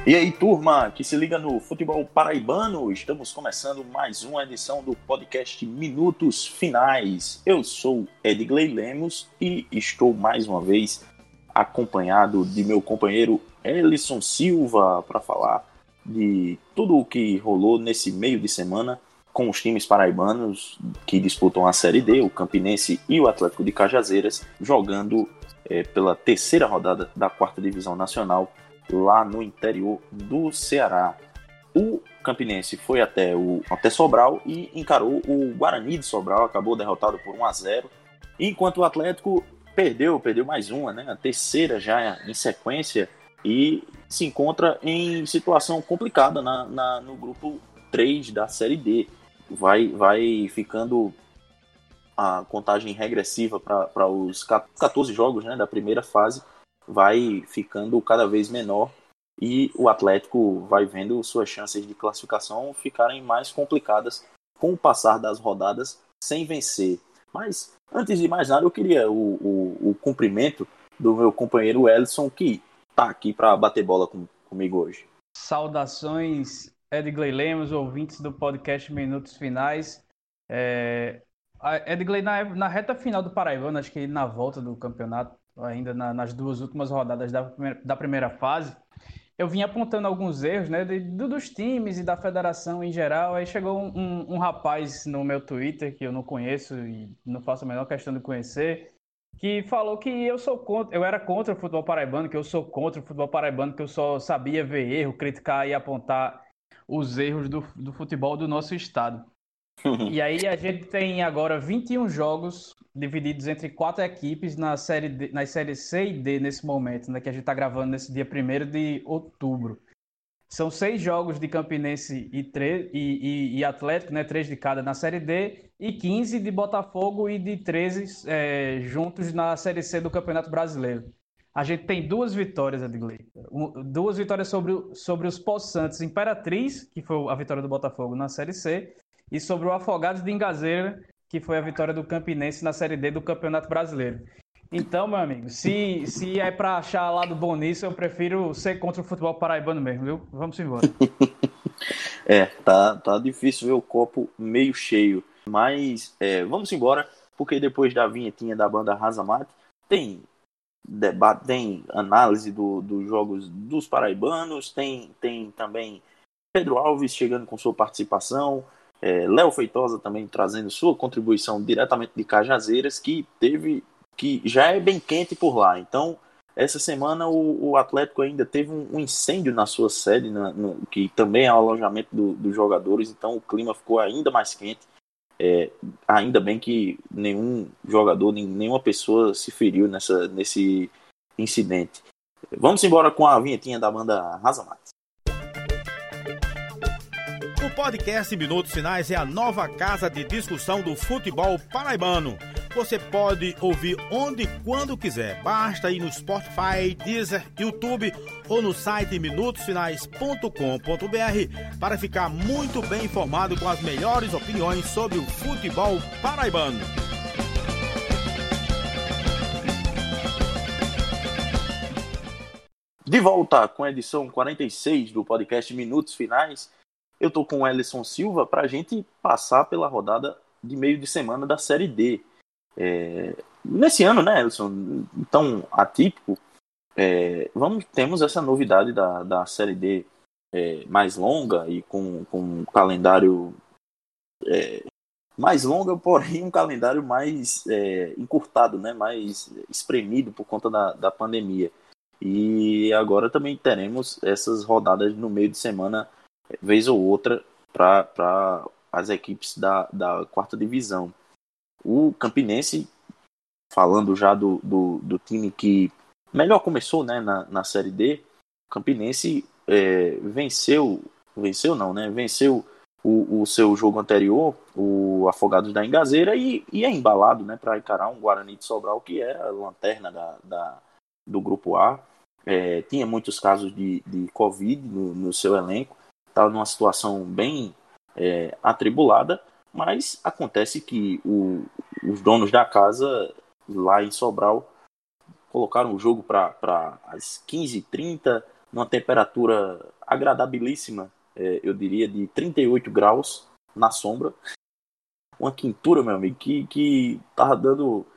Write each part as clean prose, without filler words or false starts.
E aí, turma, que se liga no futebol paraibano, estamos começando mais uma edição do podcast Minutos Finais. Eu sou Edgley Lemos e estou mais uma vez acompanhado de meu companheiro Ellison Silva para falar de tudo o que rolou nesse meio de semana com os times paraibanos que disputam a Série D, o Campinense e o Atlético de Cajazeiras, jogando pela terceira rodada da 4ª Divisão Nacional, lá no interior do Ceará. O Campinense foi até Sobral e encarou o Guarani de Sobral, acabou derrotado por 1-0, enquanto o Atlético perdeu mais uma, né? A terceira já em sequência, e se encontra em situação complicada no grupo 3 da Série D. Vai ficando a contagem regressiva para os 14 jogos, né, da primeira fase, vai ficando cada vez menor e o Atlético vai vendo suas chances de classificação ficarem mais complicadas com o passar das rodadas sem vencer. Mas, antes de mais nada, eu queria o cumprimento do meu companheiro Ellison, que está aqui para bater bola comigo hoje. Saudações, Edgley Lemos, ouvintes do podcast Minutos Finais. Edgley, na reta final do Paraibano, acho que na volta do campeonato, ainda nas duas últimas rodadas da primeira fase, eu vim apontando alguns erros, né, dos times e da federação em geral. Aí chegou um rapaz no meu Twitter, que eu não conheço e não faço a menor questão de conhecer, que falou que eu era contra o futebol paraibano, que eu sou contra o futebol paraibano, que eu só sabia ver erro, criticar e apontar os erros do futebol do nosso estado. E aí a gente tem agora 21 jogos divididos entre 4 equipes nas séries C e D nesse momento, né, que a gente está gravando nesse dia 1º de outubro. São 6 jogos de Campinense e Atlético, né, 3 de cada na Série D, e 15 de Botafogo e de 13 juntos na Série C do Campeonato Brasileiro. A gente tem 2 vitórias, Edgley. 2 vitórias sobre os Poçantes Imperatriz, que foi a vitória do Botafogo na Série C, e sobre o Afogados de Ingazeira, que foi a vitória do Campinense na Série D do Campeonato Brasileiro. Então, meu amigo, se é pra achar lado bom nisso, eu prefiro ser contra o futebol paraibano mesmo, viu? Vamos embora. Tá difícil ver o copo meio cheio, mas vamos embora, porque depois da vinhetinha da banda Rasa Mate, tem debate, tem análise dos jogos dos paraibanos, tem também Pedro Alves chegando com sua participação, Léo Feitosa também trazendo sua contribuição diretamente de Cajazeiras, que já é bem quente por lá. Então, essa semana o Atlético ainda teve um incêndio na sua sede, que também é o alojamento dos jogadores, então o clima ficou ainda mais quente. Ainda bem que nenhum jogador, nenhuma pessoa se feriu nesse incidente. Vamos embora com a vinhetinha da banda Rasa Mate. O podcast Minutos Finais é a nova casa de discussão do futebol paraibano. Você pode ouvir onde e quando quiser. Basta ir no Spotify, Deezer, YouTube ou no site minutosfinais.com.br para ficar muito bem informado com as melhores opiniões sobre o futebol paraibano. De volta com a edição 46 do podcast Minutos Finais. Eu tô com o Ellison Silva para a gente passar pela rodada de meio de semana da Série D. Nesse ano, né, Ellison, tão atípico, temos essa novidade da Série D mais longa e com um calendário mais longo, porém um calendário mais encurtado, né, mais espremido por conta da pandemia. E agora também teremos essas rodadas no meio de semana, vez ou outra, para as equipes da 4ª Divisão. O Campinense, falando já do time que melhor começou, né, na Série D, o Campinense venceu o seu jogo anterior, o Afogados da Ingazeira, e é embalado, né, para encarar um Guarani de Sobral, que é a lanterna do Grupo A. Tinha muitos casos de Covid no seu elenco, estava numa situação bem atribulada, mas acontece que os donos da casa lá em Sobral colocaram o jogo para as 15h30 numa temperatura agradabilíssima, eu diria de 38 graus na sombra. Uma quintura, meu amigo, que tava dando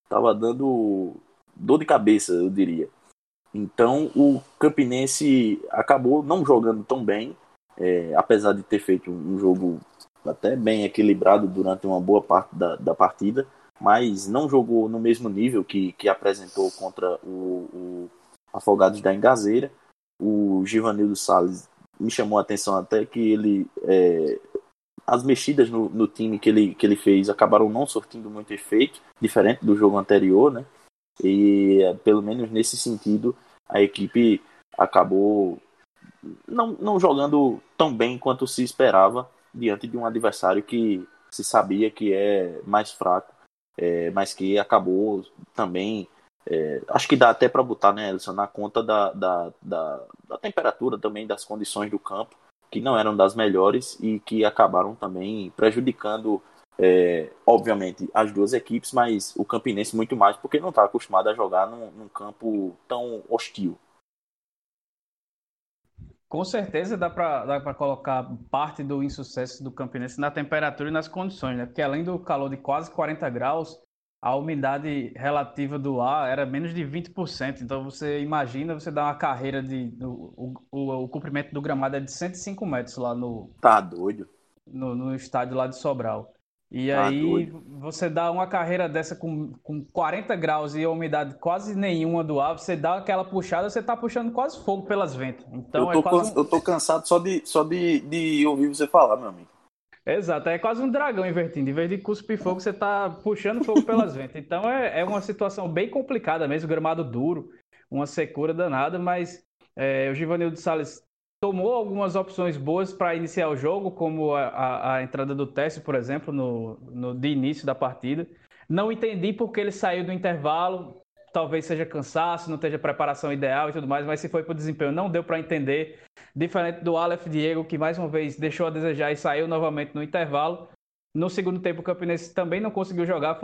dor de cabeça, eu diria. Então o Campinense acabou não jogando tão bem, apesar de ter feito um jogo até bem equilibrado durante uma boa parte da partida, mas não jogou no mesmo nível que apresentou contra o Afogados da Engazeira. O Givanildo Salles me chamou a atenção até que ele... as mexidas no time que ele fez acabaram não surtindo muito efeito, diferente do jogo anterior, né? E pelo menos nesse sentido a equipe acabou não jogando tão bem quanto se esperava diante de um adversário que se sabia que é mais fraco, mas que acabou também, acho que dá até para botar, né, Elson, na conta da temperatura também, das condições do campo, que não eram das melhores e que acabaram também prejudicando, obviamente, as duas equipes, mas o Campinense muito mais, porque não está acostumado a jogar num campo tão hostil. Com certeza dá para colocar parte do insucesso do Campinense na temperatura e nas condições, né? Porque além do calor de quase 40 graus, a umidade relativa do ar era menos de 20%. Então você imagina, você dá uma carreira o comprimento do gramado é de 105 metros lá Tá doido. No estádio lá de Sobral. E Tá aí doido. você dá uma carreira dessa com 40 graus e a umidade quase nenhuma do ar, você dá aquela puxada, você tá puxando quase fogo pelas ventas. Então eu tô cansado só de ouvir você falar, meu amigo. Exato, é quase um dragão invertindo. Em vez de cuspir fogo, você tá puxando fogo pelas ventas. Então é uma situação bem complicada mesmo, gramado duro, uma secura danada, mas o Givanildo Salles tomou algumas opções boas para iniciar o jogo, como a entrada do Técio, por exemplo, de início da partida. Não entendi porque ele saiu do intervalo, talvez seja cansaço, não esteja preparação ideal e tudo mais, mas se foi para o desempenho não deu para entender. Diferente do Aleph Diego, que mais uma vez deixou a desejar e saiu novamente no intervalo. No segundo tempo, o Campinense também não conseguiu jogar,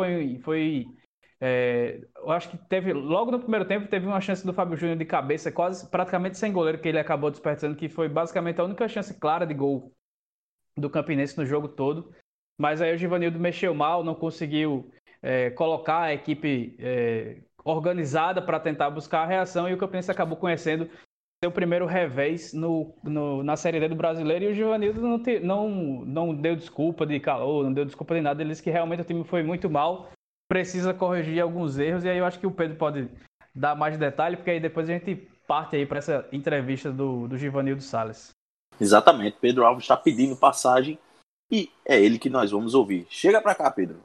eu acho que logo no primeiro tempo, teve uma chance do Fábio Júnior de cabeça, quase praticamente sem goleiro, que ele acabou desperdiçando, que foi basicamente a única chance clara de gol do Campinense no jogo todo. Mas aí o Givanildo mexeu mal, não conseguiu colocar a equipe organizada para tentar buscar a reação, e o Campinense acabou conhecendo seu primeiro revés na Série D do Brasileiro, e o Givanildo não deu desculpa de calor, não deu desculpa de nada. Ele disse que realmente o time foi muito mal, precisa corrigir alguns erros, e aí eu acho que o Pedro pode dar mais detalhe, porque aí depois a gente parte aí para essa entrevista do Givanildo Salles. Exatamente, Pedro Alves está pedindo passagem e é ele que nós vamos ouvir. Chega para cá, Pedro.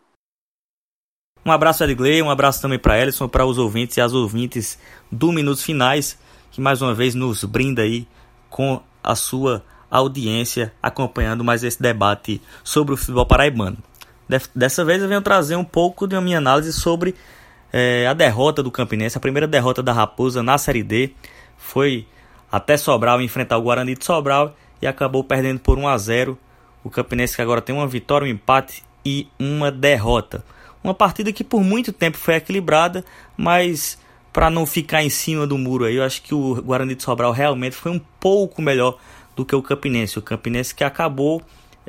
Um abraço, Edgley, um abraço também para Ellison, para os ouvintes e as ouvintes do Minutos Finais, que mais uma vez nos brinda aí com a sua audiência, acompanhando mais esse debate sobre o futebol paraibano. Dessa vez eu venho trazer um pouco da minha análise sobre a derrota do Campinense, a primeira derrota da Raposa na Série D. Foi até Sobral enfrentar o Guarani de Sobral e acabou perdendo por 1-0. O Campinense que agora tem uma vitória, um empate e uma derrota. Uma partida que por muito tempo foi equilibrada, mas para não ficar em cima do muro aí, eu acho que o Guarani de Sobral realmente foi um pouco melhor do que o Campinense. O Campinense que acabou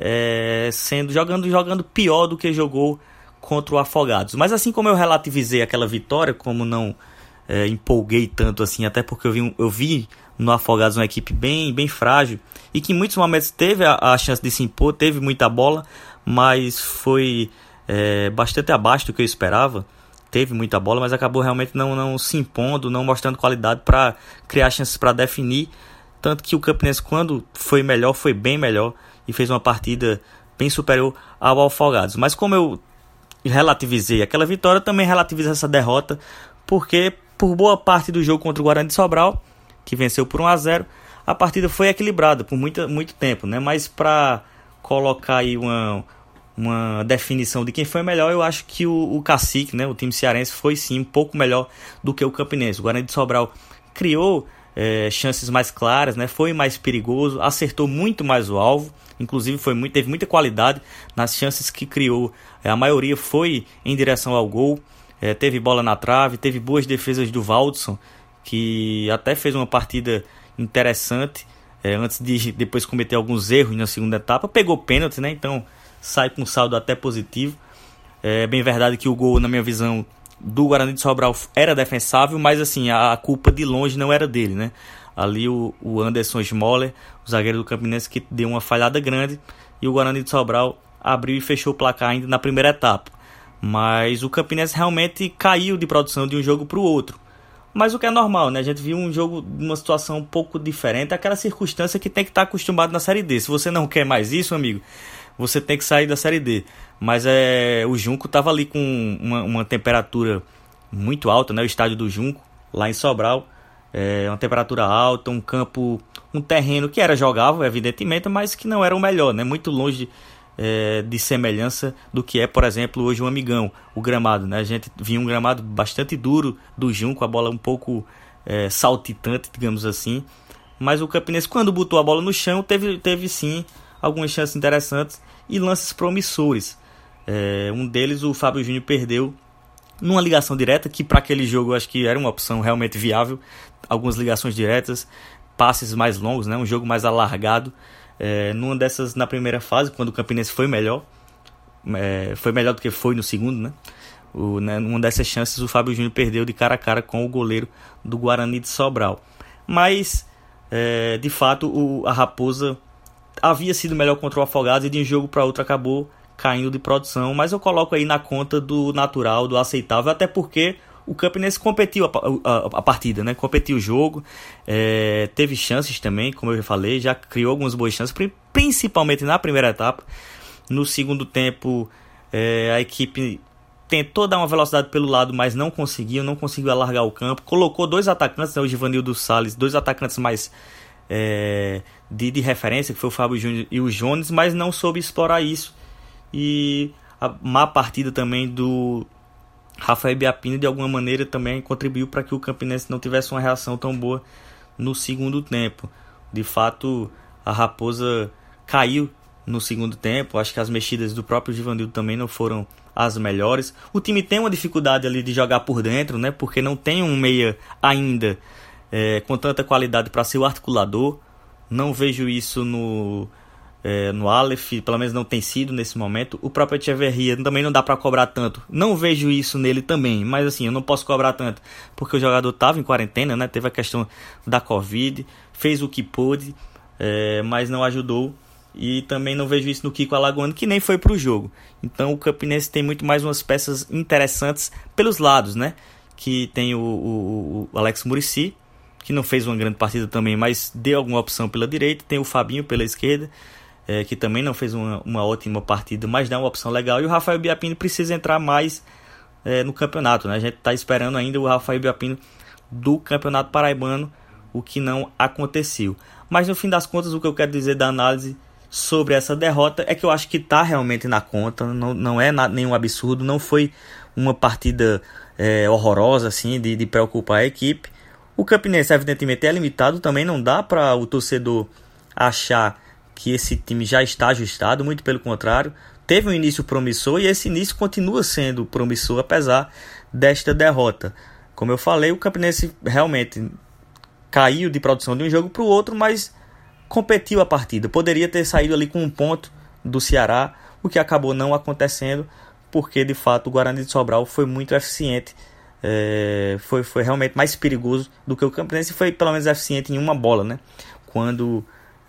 jogando pior do que jogou contra o Afogados. Mas assim como eu relativizei aquela vitória, como não empolguei tanto assim, até porque eu vi no Afogados uma equipe bem frágil e que em muitos momentos teve a chance de se impor, teve muita bola, mas foi bastante abaixo do que eu esperava. Teve muita bola, mas acabou realmente não se impondo, não mostrando qualidade para criar chances para definir. Tanto que o Campinense, quando foi melhor, foi bem melhor e fez uma partida bem superior ao Afogados. Mas como eu relativizei aquela vitória, também relativizo essa derrota, porque por boa parte do jogo contra o Guarani de Sobral, que venceu por 1-0, a partida foi equilibrada por muito tempo, né? Mas para colocar aí uma definição de quem foi melhor, eu acho que o Cacique, né, o time cearense, foi sim um pouco melhor do que o Campinense. O Guarani de Sobral criou chances mais claras, né, foi mais perigoso, acertou muito mais o alvo, inclusive teve muita qualidade nas chances que criou. A maioria foi em direção ao gol, teve bola na trave, teve boas defesas do Valdson, que até fez uma partida interessante, antes de depois cometer alguns erros na segunda etapa. Pegou pênalti, né? Então sai com um saldo até positivo. É bem verdade que o gol, na minha visão, do Guarani de Sobral era defensável, mas assim, a culpa de longe não era dele, né? Ali o Anderson Smoller, o zagueiro do Campinense, que deu uma falhada grande, e o Guarani de Sobral abriu e fechou o placar ainda na primeira etapa. Mas o Campinense realmente caiu de produção de um jogo para o outro. Mas o que é normal, né? A gente viu um jogo numa situação um pouco diferente, aquela circunstância que tem que estar acostumado na Série D. Se você não quer mais isso, amigo, você tem que sair da Série D. Mas o Junco estava ali com uma temperatura muito alta, né? O estádio do Junco, lá em Sobral, uma temperatura alta, um campo, um terreno que era jogável, evidentemente, mas que não era o melhor, né? Muito longe de semelhança do que é, por exemplo, hoje o Amigão, o gramado, né? A gente viu um gramado bastante duro do Junco, a bola um pouco saltitante, digamos assim. Mas o Campinense, quando botou a bola no chão, teve sim algumas chances interessantes e lances promissores. Um deles, o Fábio Júnior perdeu numa ligação direta, que para aquele jogo eu acho que era uma opção realmente viável. Algumas ligações diretas, passes mais longos, né? Um jogo mais alargado. Numa dessas, na primeira fase, quando o Campinense foi melhor do que foi no segundo, né? Numa dessas chances, o Fábio Júnior perdeu de cara a cara com o goleiro do Guarani de Sobral. Mas, de fato, a Raposa havia sido melhor contra o Afogados e de um jogo para outro acabou caindo de produção, mas eu coloco aí na conta do natural, do aceitável, até porque o Campinense competiu a partida, né? Competiu o jogo, teve chances também, como eu já falei, já criou algumas boas chances, principalmente na primeira etapa. No segundo tempo, a equipe tentou dar uma velocidade pelo lado, mas não conseguiu alargar o campo. Colocou dois atacantes, né? O Givanildo Salles, dois atacantes mais de referência, que foi o Fábio Júnior e o Jones, mas não soube explorar isso. E a má partida também do Rafael Biapino de alguma maneira também contribuiu para que o Campinense não tivesse uma reação tão boa no segundo tempo. De fato, a Raposa caiu no segundo tempo. Acho que as mexidas do próprio Givanildo também não foram as melhores. O time tem uma dificuldade ali de jogar por dentro, né? Porque não tem um meia ainda com tanta qualidade para ser o articulador. Não vejo isso no Aleph, pelo menos não tem sido nesse momento. O próprio Echeverria também não dá para cobrar tanto. Não vejo isso nele também, mas assim, eu não posso cobrar tanto porque o jogador estava em quarentena, né? Teve a questão da Covid, fez o que pôde, mas não ajudou. E também não vejo isso no Kiko Alagoano, que nem foi para o jogo. Então o Campinense tem muito mais umas peças interessantes pelos lados, né? Que tem o Alex Muricy, que não fez uma grande partida também, mas deu alguma opção pela direita. Tem o Fabinho pela esquerda, que também não fez uma ótima partida, mas dá uma opção legal. E o Rafael Biapino precisa entrar mais no campeonato, né? A gente está esperando ainda o Rafael Biapino do Campeonato Paraibano, o que não aconteceu. Mas no fim das contas, o que eu quero dizer da análise sobre essa derrota é que eu acho que está realmente na conta, não é nenhum absurdo, não foi uma partida horrorosa assim, de preocupar a equipe. O Campinense evidentemente é limitado, também não dá para o torcedor achar que esse time já está ajustado, muito pelo contrário, teve um início promissor e esse início continua sendo promissor apesar desta derrota. Como eu falei, o Campinense realmente caiu de produção de um jogo para o outro, mas competiu a partida. Poderia ter saído ali com um ponto do Ceará, o que acabou não acontecendo, porque de fato o Guarani de Sobral foi muito eficiente. Foi realmente mais perigoso do que o Campinense, foi pelo menos eficiente em uma bola, né? Quando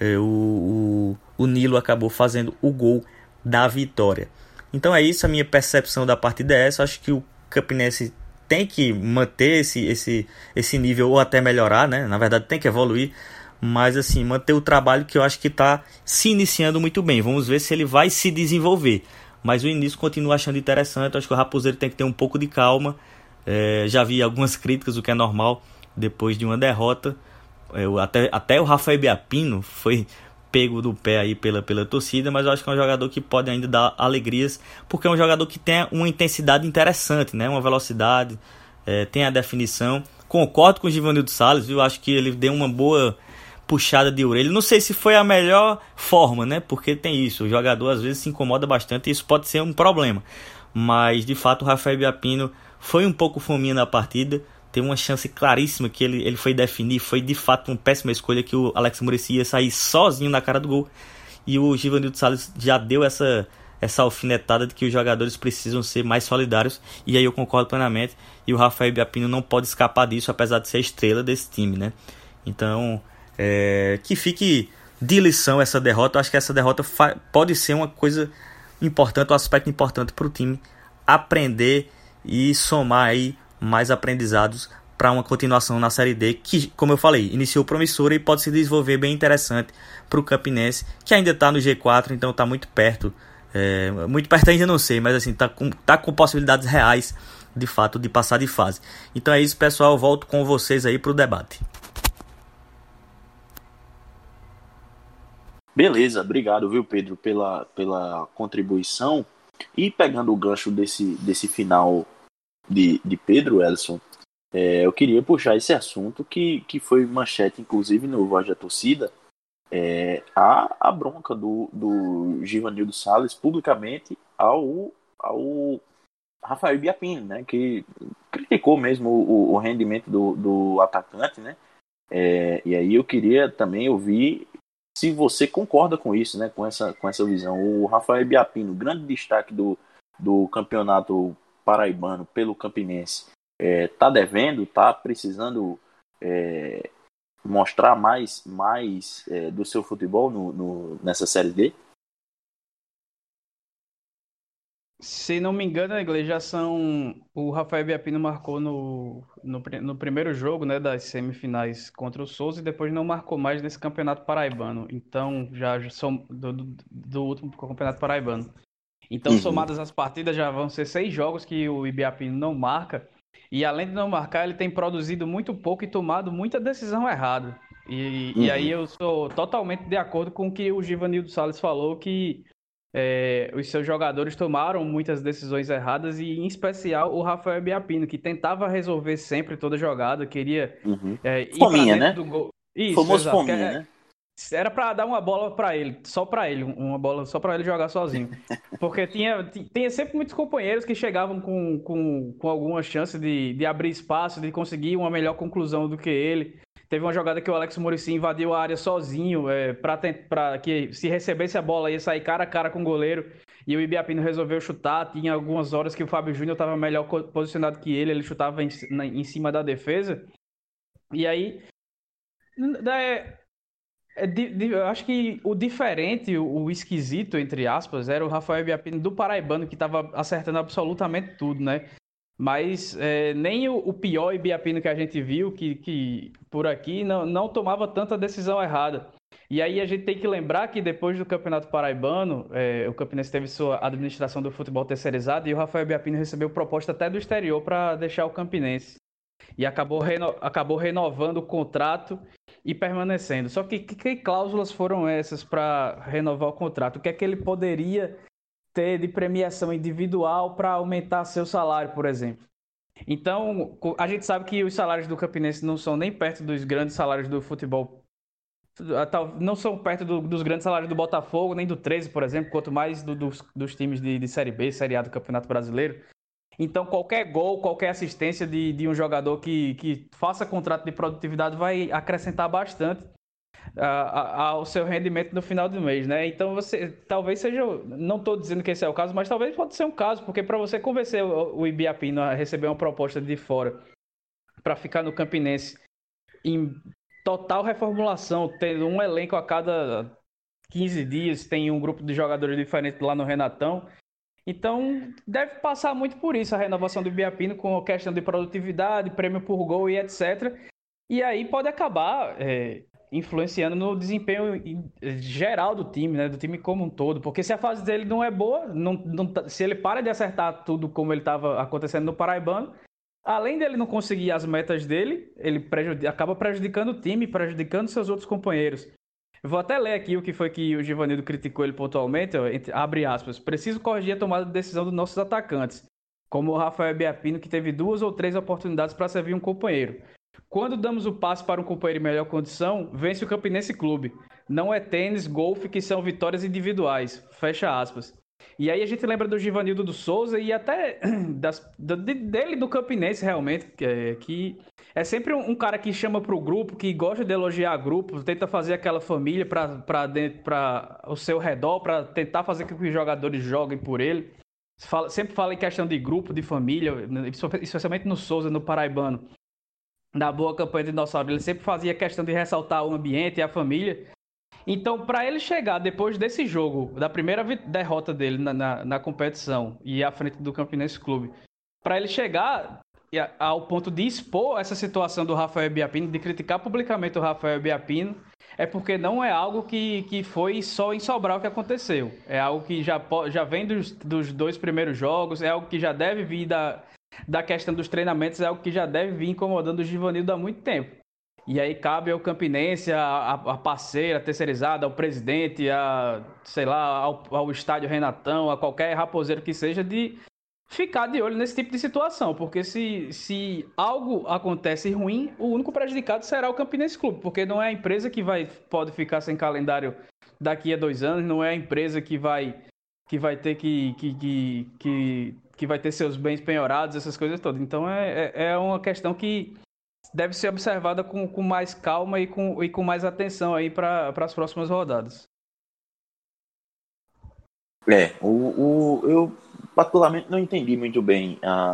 o Nilo acabou fazendo o gol da vitória. Então é isso, a minha percepção da partida é essa. Acho que o Campinense tem que manter esse nível ou até melhorar, né? Na verdade tem que evoluir, mas assim, manter o trabalho que eu acho que está se iniciando muito bem. Vamos ver se ele vai se desenvolver, mas o início continuo achando interessante. Acho que o Raposeiro tem que ter um pouco de calma. Já vi algumas críticas, o que é normal depois de uma derrota. Até o Rafael Biapino foi pego do pé aí pela torcida, mas eu acho que é um jogador que pode ainda dar alegrias, porque é um jogador que tem uma intensidade interessante, né? Uma velocidade, tem a definição. Concordo com o Givanildo Salles, viu? Acho que ele deu uma boa puxada de orelha. Não sei se foi a melhor forma, né? Porque tem isso, o jogador às vezes se incomoda bastante e isso pode ser um problema. Mas de fato o Rafael Biapino foi um pouco fominha na partida, tem uma chance claríssima que ele foi definir, foi de fato uma péssima escolha, que o Alex Muricy ia sair sozinho na cara do gol, e o Givanildo Salles já deu essa alfinetada de que os jogadores precisam ser mais solidários, e aí eu concordo plenamente, e o Rafael Biapino não pode escapar disso, apesar de ser a estrela desse time, né? Então, que fique de lição essa derrota. Eu acho que essa derrota pode ser uma coisa importante, um aspecto importante para o time aprender e somar aí mais aprendizados para uma continuação na Série D, que, como eu falei, iniciou promissora e pode se desenvolver bem interessante para o Campinense, que ainda está no G4, então está muito perto. Muito perto ainda não sei, mas assim, tá com possibilidades reais, de fato, de passar de fase. Então é isso, pessoal, eu volto com vocês aí para o debate. Beleza, obrigado, viu, Pedro, pela contribuição. E pegando o gancho desse final de Pedro, Elson, eu queria puxar esse assunto que foi manchete, inclusive, no Voz da Torcida, a bronca do Givanildo Salles publicamente ao Rafael Biapino, né, que criticou mesmo o rendimento do atacante, né? E aí eu queria também ouvir se você concorda com isso, né, com essa visão. O Rafael Biapino, grande destaque do campeonato paraibano pelo Campinense, tá devendo, tá precisando mostrar mais do seu futebol nessa Série D? Se não me engano, o Rafael Biapino marcou no primeiro jogo, né, das semifinais contra o Souza, e depois não marcou mais nesse campeonato paraibano. Então, já são do último campeonato paraibano. Então, somadas as partidas, já vão ser 6 jogos que o Ibiapino não marca. E além de não marcar, ele tem produzido muito pouco e tomado muita decisão errada. E aí eu sou totalmente de acordo com o que o Givanildo Salles falou, que os seus jogadores tomaram muitas decisões erradas, e em especial o Rafael Biapino, que tentava resolver sempre toda jogada, queria ir Fominha, pra dentro, né? do gol. Isso, Famoso exato. fominha, né? Era pra dar uma bola pra ele, só pra ele, uma bola só pra ele jogar sozinho. Porque tinha sempre muitos companheiros que chegavam com alguma chance de abrir espaço, de conseguir uma melhor conclusão do que ele. Teve uma jogada que o Alex Muricy invadiu a área sozinho, para que se recebesse a bola ia sair cara a cara com o goleiro, e o Ibiapino resolveu chutar. Tinha algumas horas que o Fábio Júnior estava melhor posicionado que ele chutava em cima da defesa. E aí, eu acho que o diferente, o esquisito, entre aspas, era o Rafael Biapino do paraibano, que estava acertando absolutamente tudo, né? Mas nem o pior Ibiapino que a gente viu, que por aqui não tomava tanta decisão errada. E aí a gente tem que lembrar que depois do Campeonato Paraibano, o Campinense teve sua administração do futebol terceirizada, e o Rafael Biapino recebeu proposta até do exterior para deixar o Campinense. E acabou renovando o contrato e permanecendo. Só que cláusulas foram essas para renovar o contrato? O que é que ele poderia ter de premiação individual para aumentar seu salário, por exemplo? Então, a gente sabe que os salários do Campinense não são nem perto dos grandes salários do futebol, não são perto dos grandes salários do Botafogo, nem do 13, por exemplo, quanto mais dos times de Série B, Série A do Campeonato Brasileiro. Então, qualquer gol, qualquer assistência de um jogador que faça contrato de produtividade vai acrescentar bastante ao seu rendimento no final do mês, né? Então, talvez seja... Não estou dizendo que esse é o caso, mas talvez pode ser um caso, porque para você convencer o Ibiapino a receber uma proposta de fora para ficar no Campinense em total reformulação, tendo um elenco a cada 15 dias, tem um grupo de jogadores diferente lá no Renatão. Então, deve passar muito por isso, a renovação do Ibiapino, com a questão de produtividade, prêmio por gol e etc. E aí pode acabar influenciando no desempenho geral do time, né? Do time como um todo. Porque se a fase dele não é boa, se ele para de acertar tudo como ele estava acontecendo no Paraibano, além dele não conseguir as metas dele, ele acaba prejudicando o time, prejudicando seus outros companheiros. Eu vou até ler aqui o que foi que o Givanildo criticou ele pontualmente, abre aspas: preciso corrigir a tomada de decisão dos nossos atacantes, como o Rafael Biapino, que teve 2 ou 3 oportunidades para servir um companheiro. Quando damos o passe para um companheiro em melhor condição, vence o Campinense Clube. Não é tênis, golfe, que são vitórias individuais. Fecha aspas. E aí a gente lembra do Givanildo do Souza e até dele do Campinense, realmente, que é sempre um cara que chama pro grupo, que gosta de elogiar grupo, tenta fazer aquela família para o seu redor, para tentar fazer com que os jogadores joguem por ele. Sempre fala em questão de grupo, de família, especialmente no Souza, no Paraibano. Na boa campanha de Dinossauro, ele sempre fazia questão de ressaltar o ambiente e a família. Então, para ele chegar depois desse jogo, da primeira derrota dele na competição e à frente do Campinense Clube, para ele chegar ao ponto de expor essa situação do Rafael Biapino, de criticar publicamente o Rafael Biapino, é porque não é algo que foi só em Sobral que aconteceu. É algo que já vem dos 2 primeiros jogos, é algo que já deve vir da questão dos treinamentos, é algo que já deve vir incomodando o Givanildo há muito tempo. E aí cabe ao Campinense, a parceira, a terceirizada, ao presidente, sei lá, ao estádio Renatão, a qualquer raposeiro que seja, de ficar de olho nesse tipo de situação. Porque se algo acontece ruim, o único prejudicado será o Campinense Clube, porque não é a empresa que pode ficar sem calendário daqui a 2 anos, não é a empresa que vai ter que vai ter seus bens penhorados, essas coisas todas. Então é uma questão que deve ser observada com mais calma e com mais atenção aí para as próximas rodadas. Eu particularmente não entendi muito bem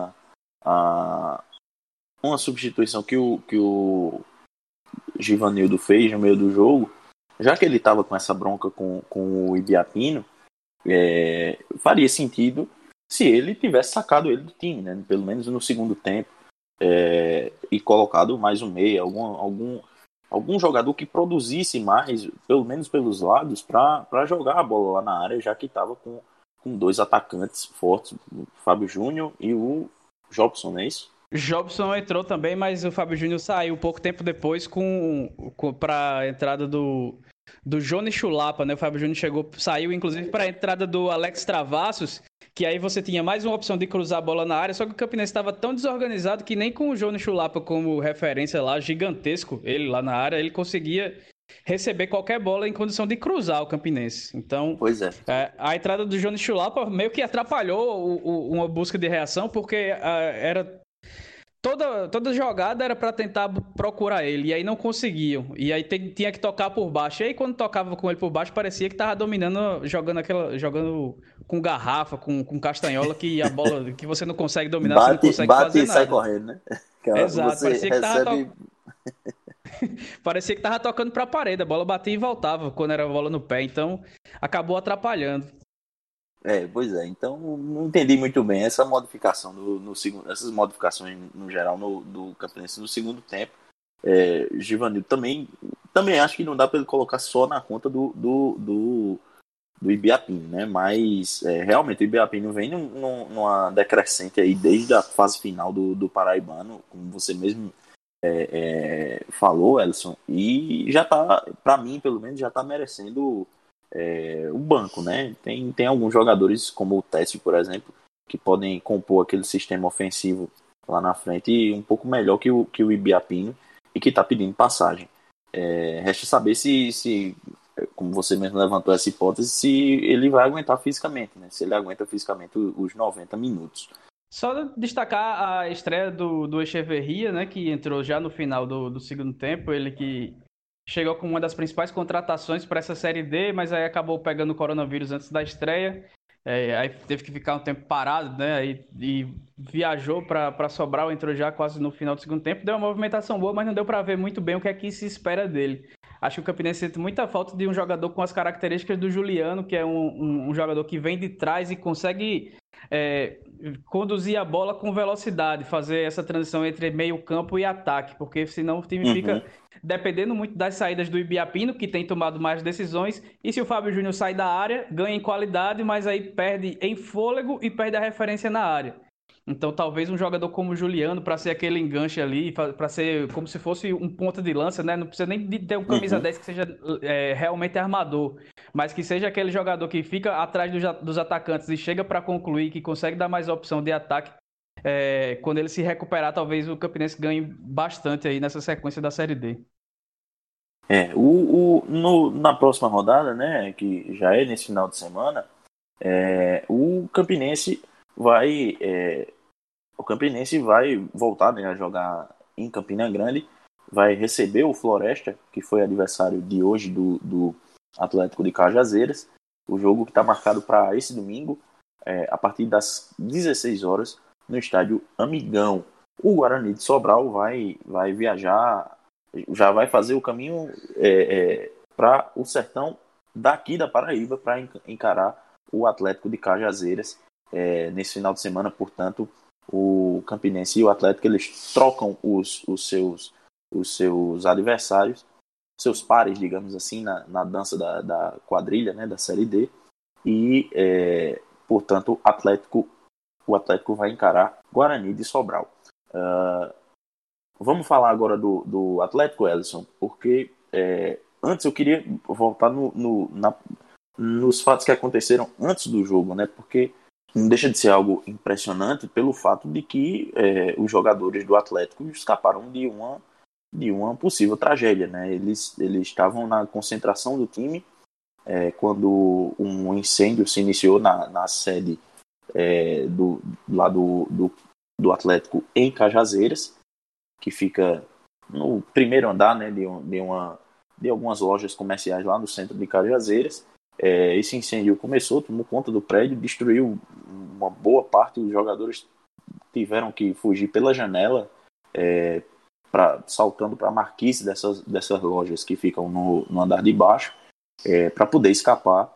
uma substituição que o Givanildo fez no meio do jogo, já que ele estava com essa bronca com o Ibiapino, faria sentido se ele tivesse sacado ele do time, né? Pelo menos no segundo tempo. E colocado mais um meia, algum jogador que produzisse mais, pelo menos pelos lados, para jogar a bola lá na área, já que estava com 2 atacantes fortes, o Fábio Júnior e o Jobson, não é isso? Jobson entrou também, mas o Fábio Júnior saiu pouco tempo depois para a entrada do Johnny Chulapa, né? O Fábio Júnior saiu inclusive para a entrada do Alex Travassos, que aí você tinha mais uma opção de cruzar a bola na área, só que o Campinense estava tão desorganizado que nem com o Johnny Chulapa como referência lá, gigantesco, ele lá na área, ele conseguia receber qualquer bola em condição de cruzar o Campinense. Então, pois é. A entrada do Johnny Chulapa meio que atrapalhou uma busca de reação, porque era toda jogada era para tentar procurar ele, e aí não conseguiam. E aí tinha que tocar por baixo. E aí quando tocava com ele por baixo, parecia que tava dominando, jogando com garrafa, com castanhola, que a bola que você não consegue dominar, você não consegue fazer e nada. Sai correndo, né? Exato, parecia que recebe... parecia que tava tocando pra parede, a bola batia e voltava quando era a bola no pé, então acabou atrapalhando. Pois é, então não entendi muito bem essa modificação essas modificações no geral do Campinense no segundo tempo. Givanildo também acho que não dá para ele colocar só na conta do Ibiapino, né? Mas realmente o Ibiapino vem numa decrescente aí desde a fase final do Paraibano, como você mesmo falou, Elson, e já tá, para mim pelo menos, já tá merecendo o banco, né? Tem alguns jogadores, como o Tessi, por exemplo, que podem compor aquele sistema ofensivo lá na frente um pouco melhor que o Ibiapino e que está pedindo passagem. Resta saber se, como você mesmo levantou essa hipótese, se ele vai aguentar fisicamente, né? Se ele aguenta fisicamente os 90 minutos. Só destacar a estreia do Echeverria, né? Que entrou já no final do segundo tempo, ele que chegou com uma das principais contratações para essa Série D, mas aí acabou pegando o coronavírus antes da estreia. Aí teve que ficar um tempo parado, né? E viajou para Sobral, entrou já quase no final do segundo tempo. Deu uma movimentação boa, mas não deu para ver muito bem o que é que se espera dele. Acho que o Campinense sente muita falta de um jogador com as características do Juliano, que é um jogador que vem de trás e consegue conduzir a bola com velocidade, fazer essa transição entre meio campo e ataque, porque senão o time fica dependendo muito das saídas do Ibiapino, que tem tomado mais decisões, e se o Fábio Júnior sai da área, ganha em qualidade, mas aí perde em fôlego e perde a referência na área. Então talvez um jogador como o Juliano, para ser aquele enganche ali, para ser como se fosse um ponta de lança, né? Não precisa nem de ter um camisa 10 que seja realmente armador, mas que seja aquele jogador que fica atrás dos atacantes e chega para concluir, que consegue dar mais opção de ataque. Quando ele se recuperar, talvez o Campinense ganhe bastante aí nessa sequência da Série D. Na próxima rodada, né, que já é nesse final de semana, O Campinense vai voltar, né, a jogar em Campina Grande, vai receber o Floresta, que foi adversário de hoje do Atlético de Cajazeiras. O jogo que está marcado para esse domingo, a partir das 16 horas, no estádio Amigão. O Guarani de Sobral vai viajar, já vai fazer o caminho para o sertão daqui da Paraíba para encarar o Atlético de Cajazeiras nesse final de semana. Portanto, o Campinense e o Atlético, eles trocam os seus adversários, seus pares, digamos assim, na dança da quadrilha, né, da Série D, e, portanto, o Atlético vai encarar Guarani de Sobral. Vamos falar agora do Atlético, Ellison, porque antes eu queria voltar nos fatos que aconteceram antes do jogo, né, porque não deixa de ser algo impressionante pelo fato de que os jogadores do Atlético escaparam de uma possível tragédia, né? Eles estavam na concentração do time quando um incêndio se iniciou na sede do Atlético em Cajazeiras, que fica no primeiro andar, né, de algumas lojas comerciais lá no centro de Cajazeiras. Esse incêndio tomou conta do prédio, destruiu uma boa parte. Os jogadores tiveram que fugir pela janela, saltando para a marquise dessas lojas que ficam no andar de baixo, para poder escapar.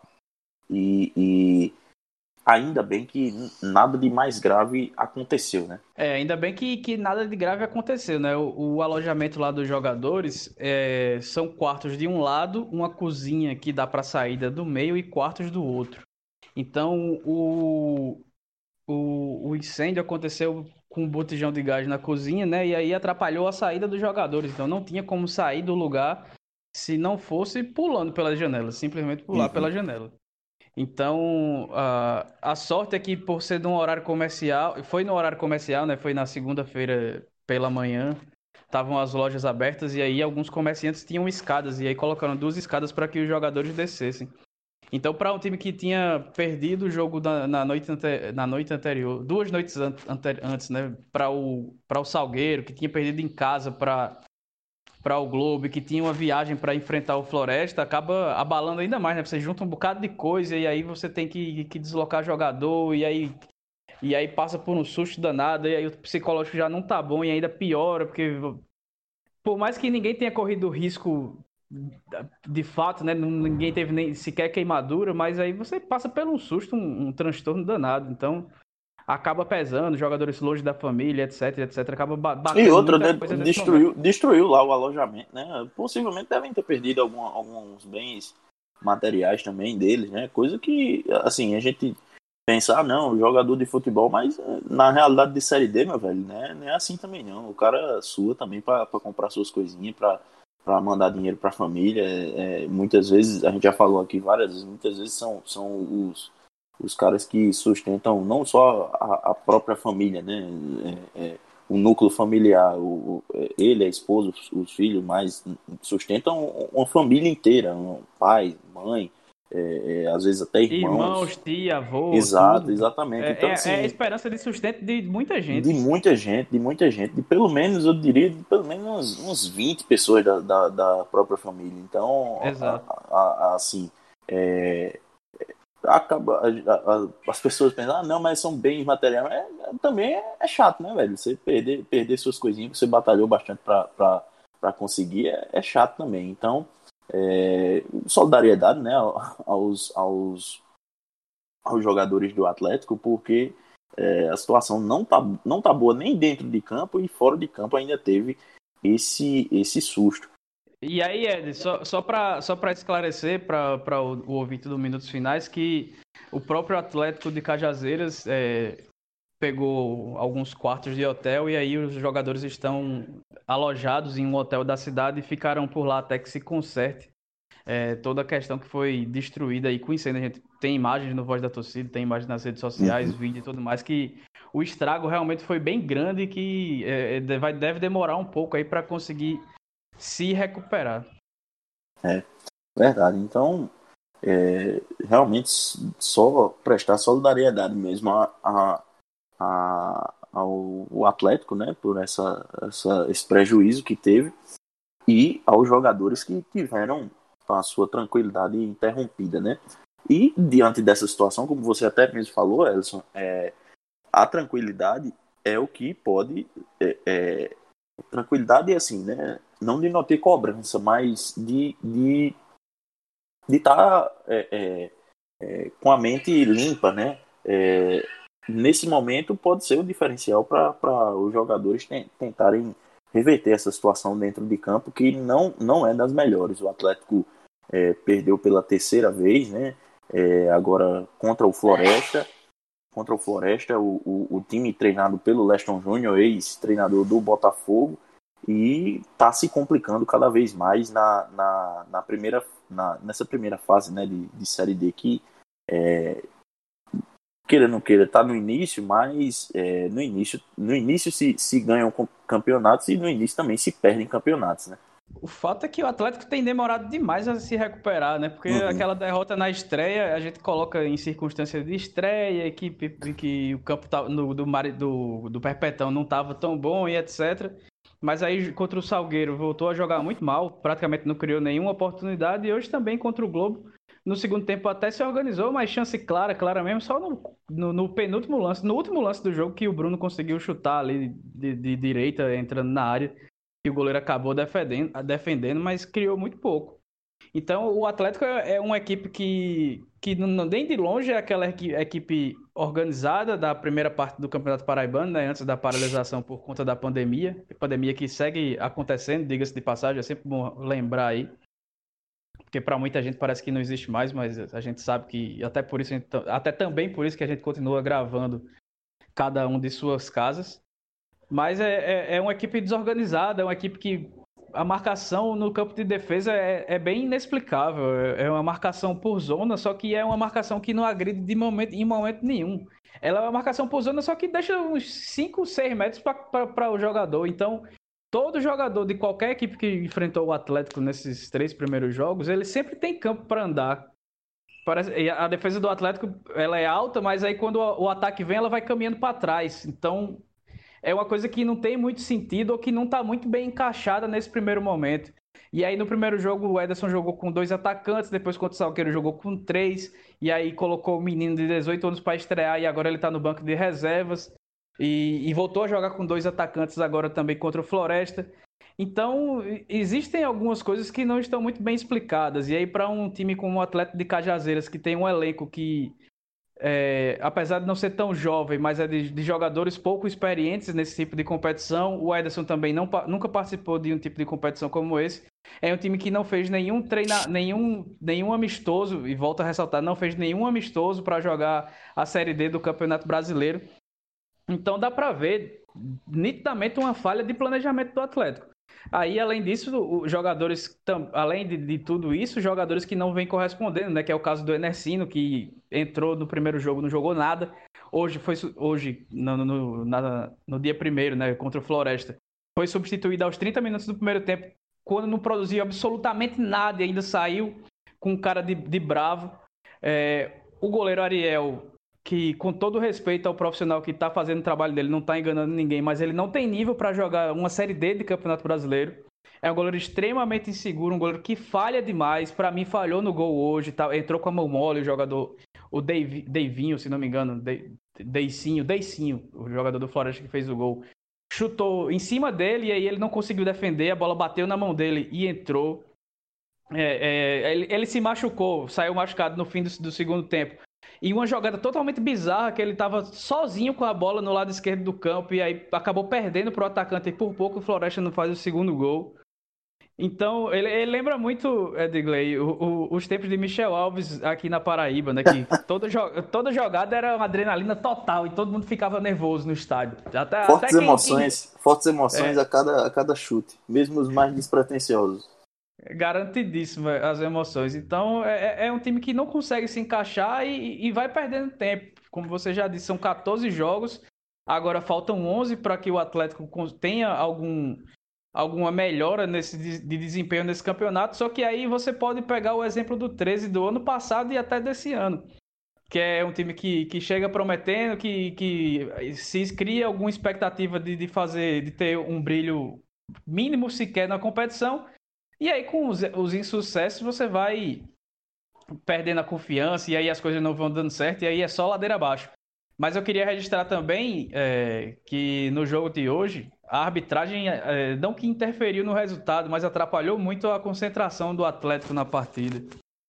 E ainda bem que nada de mais grave aconteceu, né? Ainda bem que nada de grave aconteceu, né? O alojamento lá dos jogadores são quartos de um lado, uma cozinha que dá para saída do meio e quartos do outro. Então, o incêndio aconteceu com um botijão de gás na cozinha, né? E aí atrapalhou a saída dos jogadores. Então, não tinha como sair do lugar se não fosse pulando pela janela, simplesmente pular pela janela. Então, a sorte é que por ser de um horário comercial, foi no horário comercial, né? Foi na segunda-feira pela manhã, estavam as lojas abertas e aí alguns comerciantes tinham escadas e aí colocaram 2 escadas para que os jogadores descessem. Então, para um time que tinha perdido o jogo na noite anterior, 2 noites antes, né? Para o Salgueiro, que tinha perdido em casa para o Globo, que tinha uma viagem para enfrentar o Floresta, acaba abalando ainda mais, né? Você junta um bocado de coisa e aí você tem que deslocar jogador e aí passa por um susto danado e aí o psicológico já não tá bom e ainda piora, porque por mais que ninguém tenha corrido risco de fato, né? Ninguém teve nem sequer queimadura, mas aí você passa por um susto, um transtorno danado. Então acaba pesando, jogadores longe da família, etc, acaba batendo E outra, muita coisa nesse momento. destruiu lá o alojamento, né? Possivelmente devem ter perdido alguns bens materiais também deles, né? Coisa que, assim, a gente pensa, não, jogador de futebol, mas na realidade de Série D, meu velho, né? Não é assim também não. O cara sua também para comprar suas coisinhas, para mandar dinheiro para a família. Muitas vezes, a gente já falou aqui várias vezes, muitas vezes são os caras que sustentam não só a própria família, né? O núcleo familiar, ele, a esposa, os filhos, mas sustentam uma família inteira, pai, mãe, às vezes até irmãos. Tia, avô, Exato, tudo. exatamente. Então, assim, É a esperança de sustento de muita gente. de muita gente, de pelo menos, eu diria, de pelo menos uns 20 pessoas da própria família. Então, Exato. assim, as pessoas pensam, não, mas são bens materiais. Também é chato, né, velho? Você perder suas coisinhas que você batalhou bastante para conseguir é chato também. Então, solidariedade, né, aos jogadores do Atlético, porque a situação não tá boa nem dentro de campo, e fora de campo ainda teve esse susto. E aí, Ed, só para esclarecer para o ouvinte do Minutos Finais, que o próprio Atlético de Cajazeiras pegou alguns quartos de hotel e aí os jogadores estão alojados em um hotel da cidade e ficaram por lá até que se conserte toda a questão que foi destruída aí com incêndio. A gente tem imagens no Voz da Torcida, tem imagens nas redes sociais, vídeo e tudo mais, que o estrago realmente foi bem grande e que deve demorar um pouco aí para conseguir se recuperar. Verdade. Então, realmente só prestar solidariedade mesmo ao Atlético, né, por esse prejuízo que teve, e aos jogadores que tiveram a sua tranquilidade interrompida, né? E diante dessa situação, como você até mesmo falou, Elson, a tranquilidade é o que pode... tranquilidade é assim, né? Não de não ter cobrança, mas de estar com a mente limpa, né? Nesse momento pode ser um diferencial para os jogadores tentarem reverter essa situação dentro de campo, que não é das melhores. O Atlético perdeu pela terceira vez, né? Agora contra o Floresta. O time treinado pelo Leston Júnior, ex-treinador do Botafogo, e está se complicando cada vez mais nessa primeira fase, né, de Série D, que queira ou não queira, está no início, mas no início se ganham campeonatos e no início também se perdem campeonatos, né? O fato é que o Atlético tem demorado demais a se recuperar, né? Porque aquela derrota na estreia, a gente coloca em circunstância de estreia, equipe que o campo do Perpetão não estava tão bom e etc. Mas aí contra o Salgueiro voltou a jogar muito mal, praticamente não criou nenhuma oportunidade, e hoje também contra o Globo. No segundo tempo até se organizou, mas chance clara mesmo, só no penúltimo lance, no último lance do jogo, que o Bruno conseguiu chutar ali de direita, entrando na área, e o goleiro acabou defendendo, mas criou muito pouco. Então o Atlético é uma equipe que nem de longe é aquela equipe organizada da primeira parte do Campeonato Paraibano, né, antes da paralisação por conta da pandemia que segue acontecendo, diga-se de passagem, é sempre bom lembrar aí, porque para muita gente parece que não existe mais, mas a gente sabe que até também por isso que a gente continua gravando cada um de suas casas. Mas é uma equipe desorganizada, é uma equipe que a marcação no campo de defesa é bem inexplicável. É uma marcação por zona, só que é uma marcação que não agride em momento nenhum. Ela é uma marcação por zona, só que deixa uns 5, 6 metros para o jogador. Então, todo jogador de qualquer equipe que enfrentou o Atlético nesses 3 primeiros jogos, ele sempre tem campo para andar. A defesa do Atlético ela é alta, mas aí quando o ataque vem, ela vai caminhando para trás. Então é uma coisa que não tem muito sentido ou que não está muito bem encaixada nesse primeiro momento. E aí no primeiro jogo o Ederson jogou com 2 atacantes, depois contra o Salgueiro jogou com 3, e aí colocou o menino de 18 anos para estrear e agora ele está no banco de reservas. E voltou a jogar com 2 atacantes agora também contra o Floresta. Então, existem algumas coisas que não estão muito bem explicadas. E aí, para um time como o Atlético de Cajazeiras, que tem um elenco que apesar de não ser tão jovem, mas é de jogadores pouco experientes nesse tipo de competição. O Ederson também nunca participou de um tipo de competição como esse. É um time que não fez nenhum amistoso, e volto a ressaltar, não fez nenhum amistoso para jogar a Série D do Campeonato Brasileiro. Então dá para ver nitidamente uma falha de planejamento do Atlético. Aí, além disso, os jogadores, além de tudo isso, jogadores que não vêm correspondendo, né? Que é o caso do Enesino, que entrou no primeiro jogo, não jogou nada. Hoje, no dia primeiro, né? Contra o Floresta, foi substituído aos 30 minutos do primeiro tempo, quando não produziu absolutamente nada e ainda saiu com cara de bravo. O goleiro Ariel, que com todo respeito ao profissional que está fazendo o trabalho dele, não está enganando ninguém, mas ele não tem nível para jogar uma Série D de Campeonato Brasileiro. É um goleiro extremamente inseguro, um goleiro que falha demais. Para mim, falhou no gol hoje, entrou com a mão mole o jogador, o Deivinho, se não me engano, Deicinho, o jogador do Floresta que fez o gol. Chutou em cima dele e aí ele não conseguiu defender, a bola bateu na mão dele e entrou. Ele se machucou, saiu machucado no fim do segundo tempo. E uma jogada totalmente bizarra, que ele estava sozinho com a bola no lado esquerdo do campo e aí acabou perdendo para o atacante e por pouco o Floresta não faz o segundo gol. Então, ele lembra muito, Edgley, os tempos de Michel Alves aqui na Paraíba, né? Que toda jogada era uma adrenalina total e todo mundo ficava nervoso no estádio. Fortes emoções a cada chute, mesmo os mais despretensiosos. Garantidíssima as emoções. Então, é um time que não consegue se encaixar e vai perdendo tempo. Como você já disse, são 14 jogos. Agora faltam 11 para que o Atlético tenha alguma melhora de desempenho nesse campeonato, só que aí você pode pegar o exemplo do 13 do ano passado e até desse ano, que é um time que chega prometendo, que se cria alguma expectativa de ter um brilho mínimo sequer na competição, e aí com os insucessos você vai perdendo a confiança, e aí as coisas não vão dando certo, e aí é só ladeira abaixo. Mas eu queria registrar também que no jogo de hoje, a arbitragem não que interferiu no resultado, mas atrapalhou muito a concentração do Atlético na partida.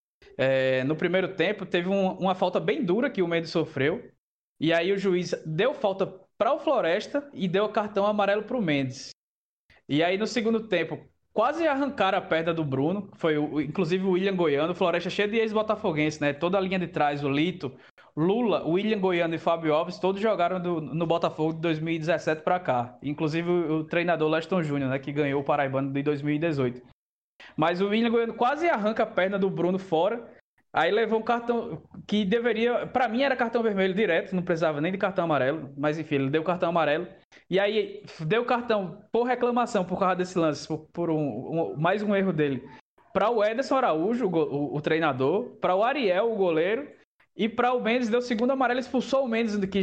No primeiro tempo, teve uma falta bem dura que o Mendes sofreu, e aí o juiz deu falta para o Floresta e deu cartão amarelo para o Mendes. E aí no segundo tempo, quase arrancaram a perna do Bruno, foi inclusive o William Goiano, o Floresta cheio de ex-botafoguense, né? Toda a linha de trás, o Lito, Lula, William Goiano e Fábio Alves, todos jogaram no Botafogo de 2017 para cá. Inclusive o treinador Leston Júnior, né, que ganhou o Paraibano de 2018. Mas o William Goiano quase arranca a perna do Bruno fora. Aí levou um cartão que deveria... Pra mim era cartão vermelho direto, não precisava nem de cartão amarelo. Mas enfim, ele deu cartão amarelo. E aí deu cartão por reclamação por causa desse lance, por mais um erro dele. Para o Ederson Araújo, o treinador. Para o Ariel, o goleiro. E para o Mendes deu segundo amarelo, expulsou o Mendes, que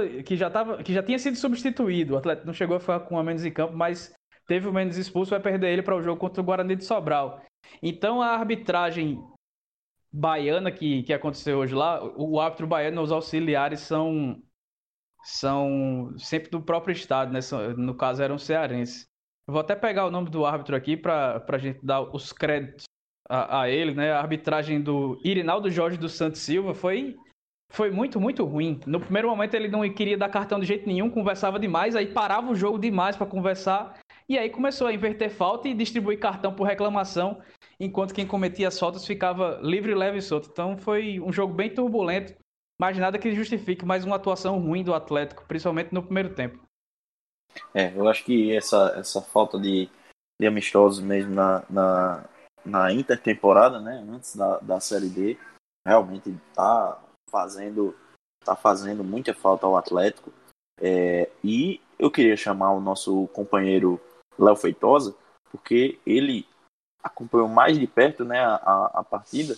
já tinha sido substituído. O Atlético não chegou a ficar com o Mendes em campo, mas teve o Mendes expulso, vai perder ele para o jogo contra o Guarani de Sobral. Então a arbitragem baiana que aconteceu hoje lá, o árbitro baiano, os auxiliares são sempre do próprio estado, né? No caso eram cearenses. Eu vou até pegar o nome do árbitro aqui para a gente dar os créditos a ele, né? A arbitragem do Irinaldo Jorge dos Santos Silva foi muito, muito ruim. No primeiro momento ele não queria dar cartão de jeito nenhum, conversava demais, aí parava o jogo demais para conversar, e aí começou a inverter falta e distribuir cartão por reclamação, enquanto quem cometia as faltas ficava livre, leve e solto. Então foi um jogo bem turbulento, mas nada que justifique mais uma atuação ruim do Atlético, principalmente no primeiro tempo. Eu acho que essa falta de amistosos mesmo na intertemporada, né, antes da Série D, realmente tá fazendo muita falta ao Atlético. E eu queria chamar o nosso companheiro Léo Feitosa, porque ele acompanhou mais de perto, né, a partida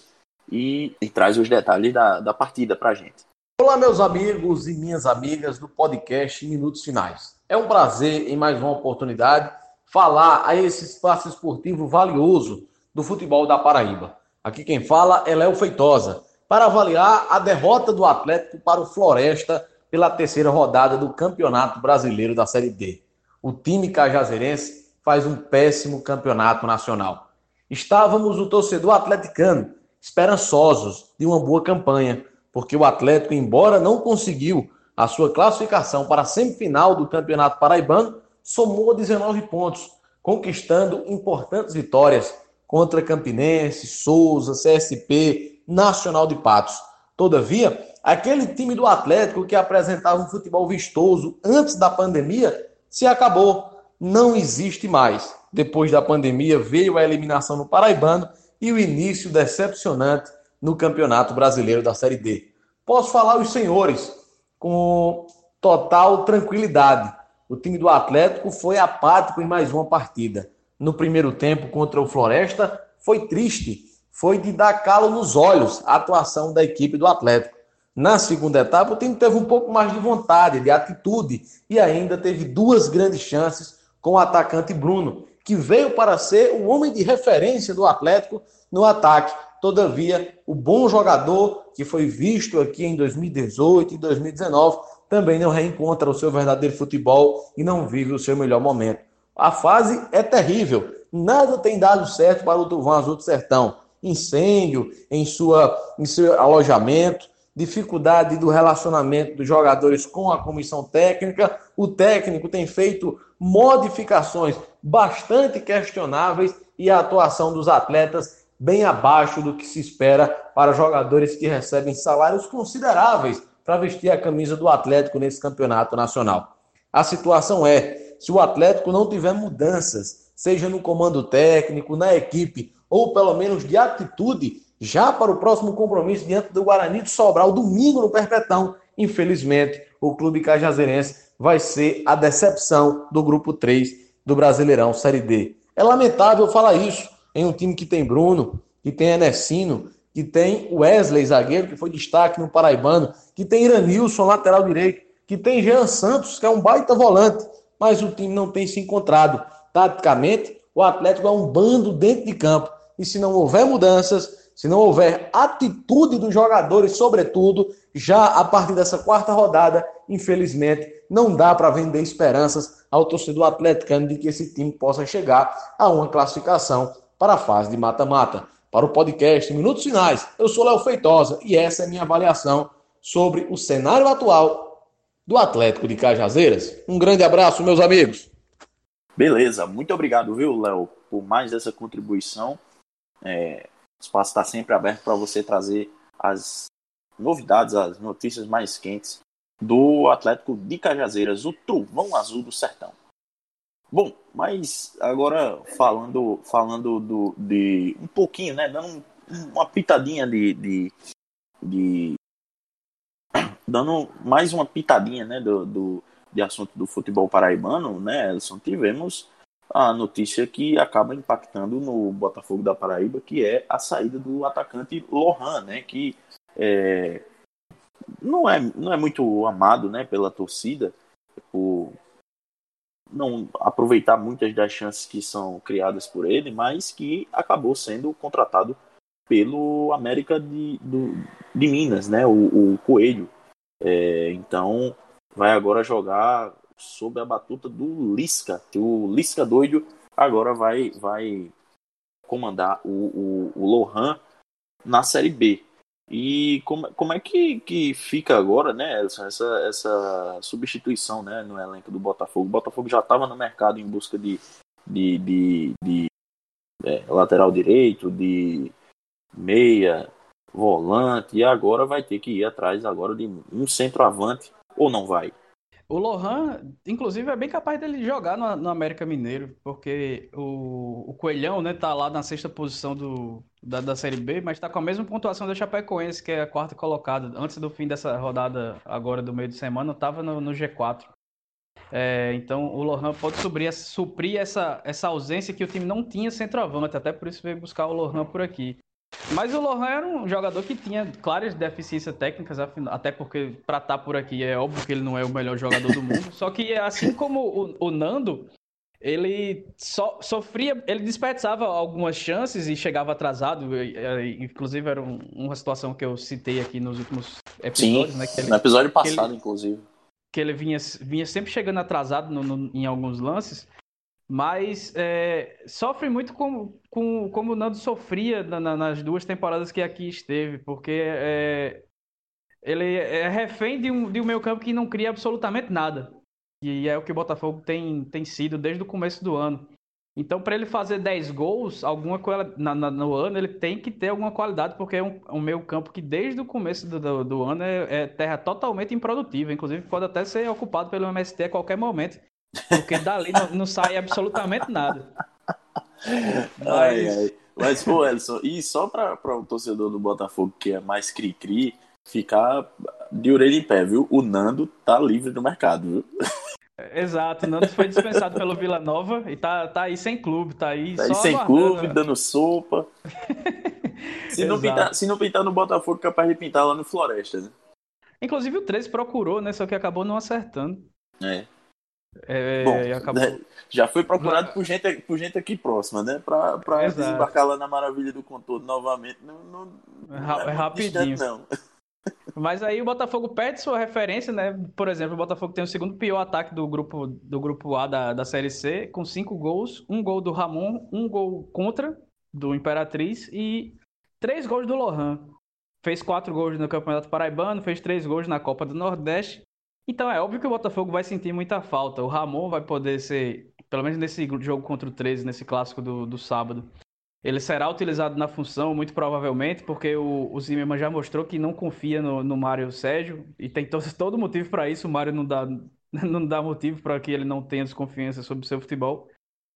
e traz os detalhes da partida pra gente. Olá, meus amigos e minhas amigas do podcast Minutos Finais. É um prazer, em mais uma oportunidade, falar a esse espaço esportivo valioso do futebol da Paraíba. Aqui quem fala é Léo Feitosa, para avaliar a derrota do Atlético para o Floresta pela terceira rodada do Campeonato Brasileiro da Série D. O time cajazeirense faz um péssimo campeonato nacional. Estávamos, o torcedor atleticano, esperançosos de uma boa campanha, porque o Atlético, embora não conseguiu a sua classificação para a semifinal do Campeonato Paraibano, somou 19 pontos, conquistando importantes vitórias contra Campinense, Souza, CSP, Nacional de Patos. Todavia, aquele time do Atlético que apresentava um futebol vistoso antes da pandemia se acabou, não existe mais. Depois da pandemia veio a eliminação no Paraibano e o início decepcionante no Campeonato Brasileiro da Série D. Posso falar os senhores com total tranquilidade. O time do Atlético foi apático em mais uma partida. No primeiro tempo contra o Floresta foi triste, foi de dar calo nos olhos a atuação da equipe do Atlético. Na segunda etapa o time teve um pouco mais de vontade, de atitude e ainda teve duas grandes chances com o atacante Bruno, que veio para ser o homem de referência do Atlético no ataque. Todavia, o bom jogador que foi visto aqui em 2018 e 2019 também não reencontra o seu verdadeiro futebol e não vive o seu melhor momento. A fase é terrível, nada tem dado certo para o Trovão Azul do Sertão. Incêndio em seu alojamento, dificuldade do relacionamento dos jogadores com a comissão técnica. O técnico tem feito modificações bastante questionáveis e a atuação dos atletas bem abaixo do que se espera para jogadores que recebem salários consideráveis para vestir a camisa do Atlético nesse campeonato nacional. A situação é, se o Atlético não tiver mudanças, seja no comando técnico, na equipe, ou pelo menos de atitude, já para o próximo compromisso diante do Guarani de Sobral, domingo no Perpetão, infelizmente, o clube cajazeirense vai ser a decepção do grupo 3 do Brasileirão Série D. É lamentável falar isso em um time que tem Bruno, que tem Enesino, que tem Wesley, zagueiro, que foi destaque no Paraibano, que tem Iranilson, lateral direito, que tem Jean Santos, que é um baita volante, mas o time não tem se encontrado. Taticamente, o Atlético é um bando dentro de campo. E se não houver mudanças, se não houver atitude dos jogadores, sobretudo, já a partir dessa quarta rodada, infelizmente, não dá para vender esperanças ao torcedor atleticano de que esse time possa chegar a uma classificação para a fase de mata-mata. Para o podcast Minutos Finais, eu sou Léo Feitosa e essa é a minha avaliação sobre o cenário atual do Atlético de Cajazeiras. Um grande abraço, meus amigos. Beleza, muito obrigado, viu, Léo, por mais essa contribuição. O espaço está sempre aberto para você trazer as novidades, as notícias mais quentes do Atlético de Cajazeiras, o Trovão Azul do Sertão. Bom, mas agora falando de um pouquinho, né, dando uma pitadinha dando mais uma pitadinha, né, de assunto do futebol paraibano, né, Elson, tivemos a notícia que acaba impactando no Botafogo da Paraíba, que é a saída do atacante Lohan, né, que não é muito amado, né, pela torcida, por não aproveitar muitas das chances que são criadas por ele, mas que acabou sendo contratado pelo América de Minas, né, o Coelho. Então vai agora jogar sob a batuta do Lisca, que o Lisca doido agora vai comandar o Lohan na Série B. E como é que fica agora, né, essa substituição, né, no elenco do Botafogo? O Botafogo já estava no mercado em busca de lateral direito, de meia, volante, e agora vai ter que ir atrás agora de um centroavante, ou não vai? O Lohan, inclusive, é bem capaz dele jogar no América Mineiro, porque o Coelhão, né, tá lá na sexta posição da Série B, mas tá com a mesma pontuação da Chapecoense, que é a quarta colocada. Antes do fim dessa rodada, agora do meio de semana, tava no G4. Então o Lohan pode suprir essa ausência que o time não tinha centroavante, até por isso veio buscar o Lohan por aqui. Mas o Lohan era um jogador que tinha claras deficiências técnicas, até porque para estar por aqui é óbvio que ele não é o melhor jogador do mundo. Só que assim como o Nando, ele sofria, ele desperdiçava algumas chances e chegava atrasado. Inclusive era uma situação que eu citei aqui nos últimos episódios. Sim, né, no episódio passado, inclusive. Que ele vinha sempre chegando atrasado em alguns lances. Mas sofre muito como o Nando sofria nas duas temporadas que aqui esteve, porque ele é refém de um meio campo que não cria absolutamente nada. E é o que o Botafogo tem sido desde o começo do ano. Então, para ele fazer 10 gols no ano, ele tem que ter alguma qualidade, porque é um meio campo que desde o começo do ano é terra totalmente improdutiva. Inclusive, pode até ser ocupado pelo MST a qualquer momento. Porque dali não sai absolutamente nada. Mas, pô, Elson, e só para o torcedor do Botafogo que é mais cri-cri, ficar de orelha em pé, viu? O Nando tá livre do mercado, viu? Exato, o Nando foi dispensado pelo Vila Nova e tá aí sem clube, tá aí só sem aguardando. clube, dando sopa. Se não pintar no Botafogo, capaz de pintar lá no Floresta, né? Inclusive o 13 procurou, né? Só que acabou não acertando. Bom, acabou... já foi procurado por gente aqui próxima, né? Pra desembarcar lá na Maravilha do Contorno novamente. Não é rapidinho. Distante, não. Mas aí o Botafogo perde sua referência, né? Por exemplo, o Botafogo tem o segundo pior ataque do grupo A da Série C, com 5 gols, 1 gol do Ramon, 1 gol contra do Imperatriz e 3 gols do Lohan. Fez 4 gols no Campeonato Paraibano, fez 3 gols na Copa do Nordeste. Então é óbvio que o Botafogo vai sentir muita falta. O Ramon vai poder ser, pelo menos nesse jogo contra o 13, nesse clássico do sábado, ele será utilizado na função, muito provavelmente, porque o Zimmermann já mostrou que não confia no Mário Sérgio, e tem todo motivo para isso. O Mário não dá motivo para que ele não tenha desconfiança sobre o seu futebol.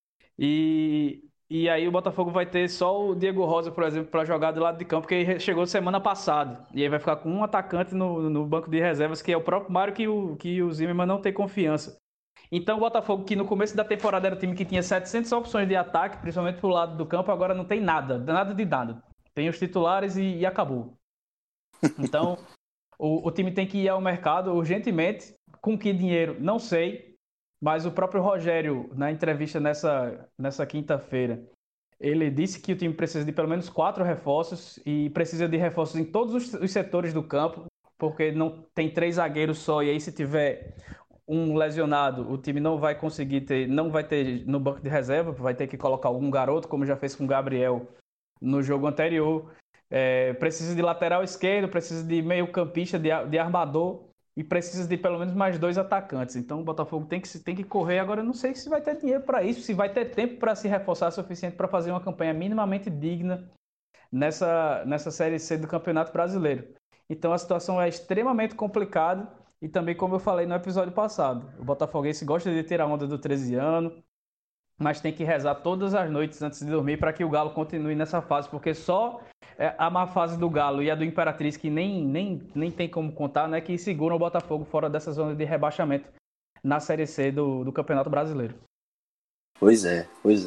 E aí o Botafogo vai ter só o Diego Rosa, por exemplo, para jogar do lado de campo, que chegou semana passada. E aí vai ficar com um atacante no banco de reservas, que é o próprio Mário, que o Zimmermann não tem confiança. Então o Botafogo, que no começo da temporada era o time que tinha 700 opções de ataque, principalmente pro lado do campo, agora não tem nada de nada. Tem os titulares e acabou. Então o time tem que ir ao mercado urgentemente. Com que dinheiro? Não sei. Mas o próprio Rogério, na entrevista nessa quinta-feira, ele disse que o time precisa de pelo menos 4 reforços e precisa de reforços em todos os setores do campo, porque não tem 3 zagueiros só, e aí se tiver um lesionado, o time não vai conseguir ter, não vai ter no banco de reserva, vai ter que colocar algum garoto, como já fez com o Gabriel no jogo anterior. Precisa de lateral esquerdo, precisa de meio campista, de armador, e precisa de pelo menos mais 2 atacantes. Então o Botafogo tem que correr. Agora eu não sei se vai ter dinheiro para isso, se vai ter tempo para se reforçar suficiente para fazer uma campanha minimamente digna nessa Série C do Campeonato Brasileiro. Então a situação é extremamente complicada e também, como eu falei no episódio passado, o botafoguense gosta de ter a onda do 13 anos, mas tem que rezar todas as noites antes de dormir para que o Galo continue nessa fase, porque só a má fase do Galo e a do Imperatriz, que nem tem como contar, né, que seguram o Botafogo fora dessa zona de rebaixamento na Série C do Campeonato Brasileiro. Pois é.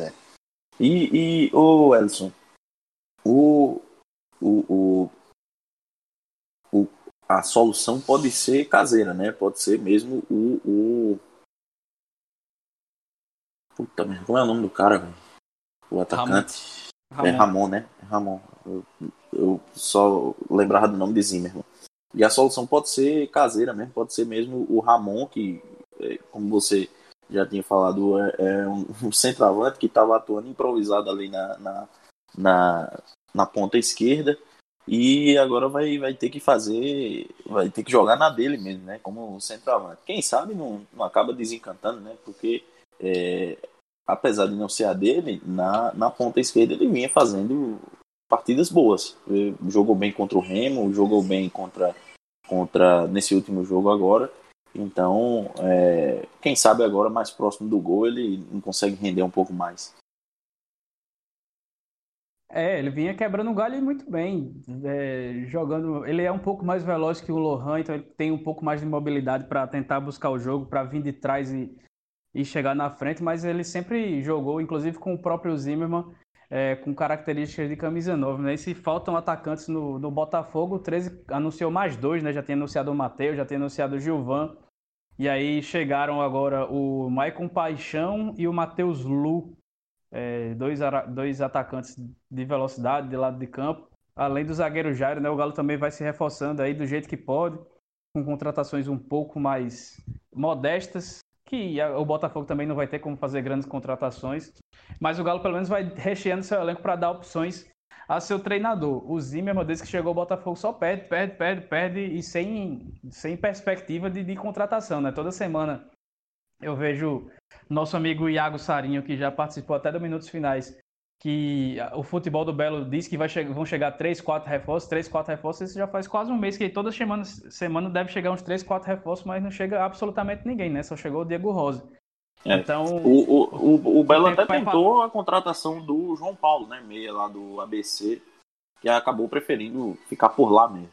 E o Elson, a solução pode ser caseira, né? Pode ser mesmo Puta merda, como é o nome do cara, velho? O atacante. Ramon. É Ramon, né? É Ramon. Eu só lembrava do nome de Zimmermann. E a solução pode ser caseira mesmo, pode ser mesmo o Ramon, que, como você já tinha falado, é um centroavante que estava atuando improvisado ali na ponta esquerda. E agora vai ter que jogar na dele mesmo, né? Como centroavante. Quem sabe não acaba desencantando, né? Porque apesar de não ser a dele, na ponta esquerda ele vinha fazendo partidas boas. Ele jogou bem contra o Remo, jogou bem contra nesse último jogo agora. Então, quem sabe agora mais próximo do gol ele não consegue render um pouco mais. Ele vinha quebrando o galho muito bem, jogando. Ele é um pouco mais veloz que o Lohan, então ele tem um pouco mais de mobilidade para tentar buscar o jogo, para vir de trás e chegar na frente, mas ele sempre jogou, inclusive com o próprio Zimmermann, com características de camisa 9, né? E se faltam atacantes no Botafogo, o 13 anunciou mais 2, né? Já tinha anunciado o Matheus, já tinha anunciado o Gilvan, e aí chegaram agora o Maicon Paixão e o Matheus Lu, dois atacantes de velocidade de lado de campo, além do zagueiro Jairo, né? O Galo também vai se reforçando aí do jeito que pode, com contratações um pouco mais modestas, que o Botafogo também não vai ter como fazer grandes contratações, mas o Galo pelo menos vai recheando seu elenco para dar opções a seu treinador. O Zimmermann, desde que chegou ao Botafogo, só perde e sem perspectiva de contratação, né? Toda semana eu vejo nosso amigo Iago Sarinho, que já participou até dos Minutos Finais, que o Futebol do Belo diz que vão chegar 3, 4 reforços, isso já faz quase um mês que toda semana deve chegar uns 3, 4 reforços, mas não chega absolutamente ninguém, né? Só chegou o Diego Rosa. Então, o Belo até tentou a contratação do João Paulo, né? Meia lá do ABC, que acabou preferindo ficar por lá mesmo.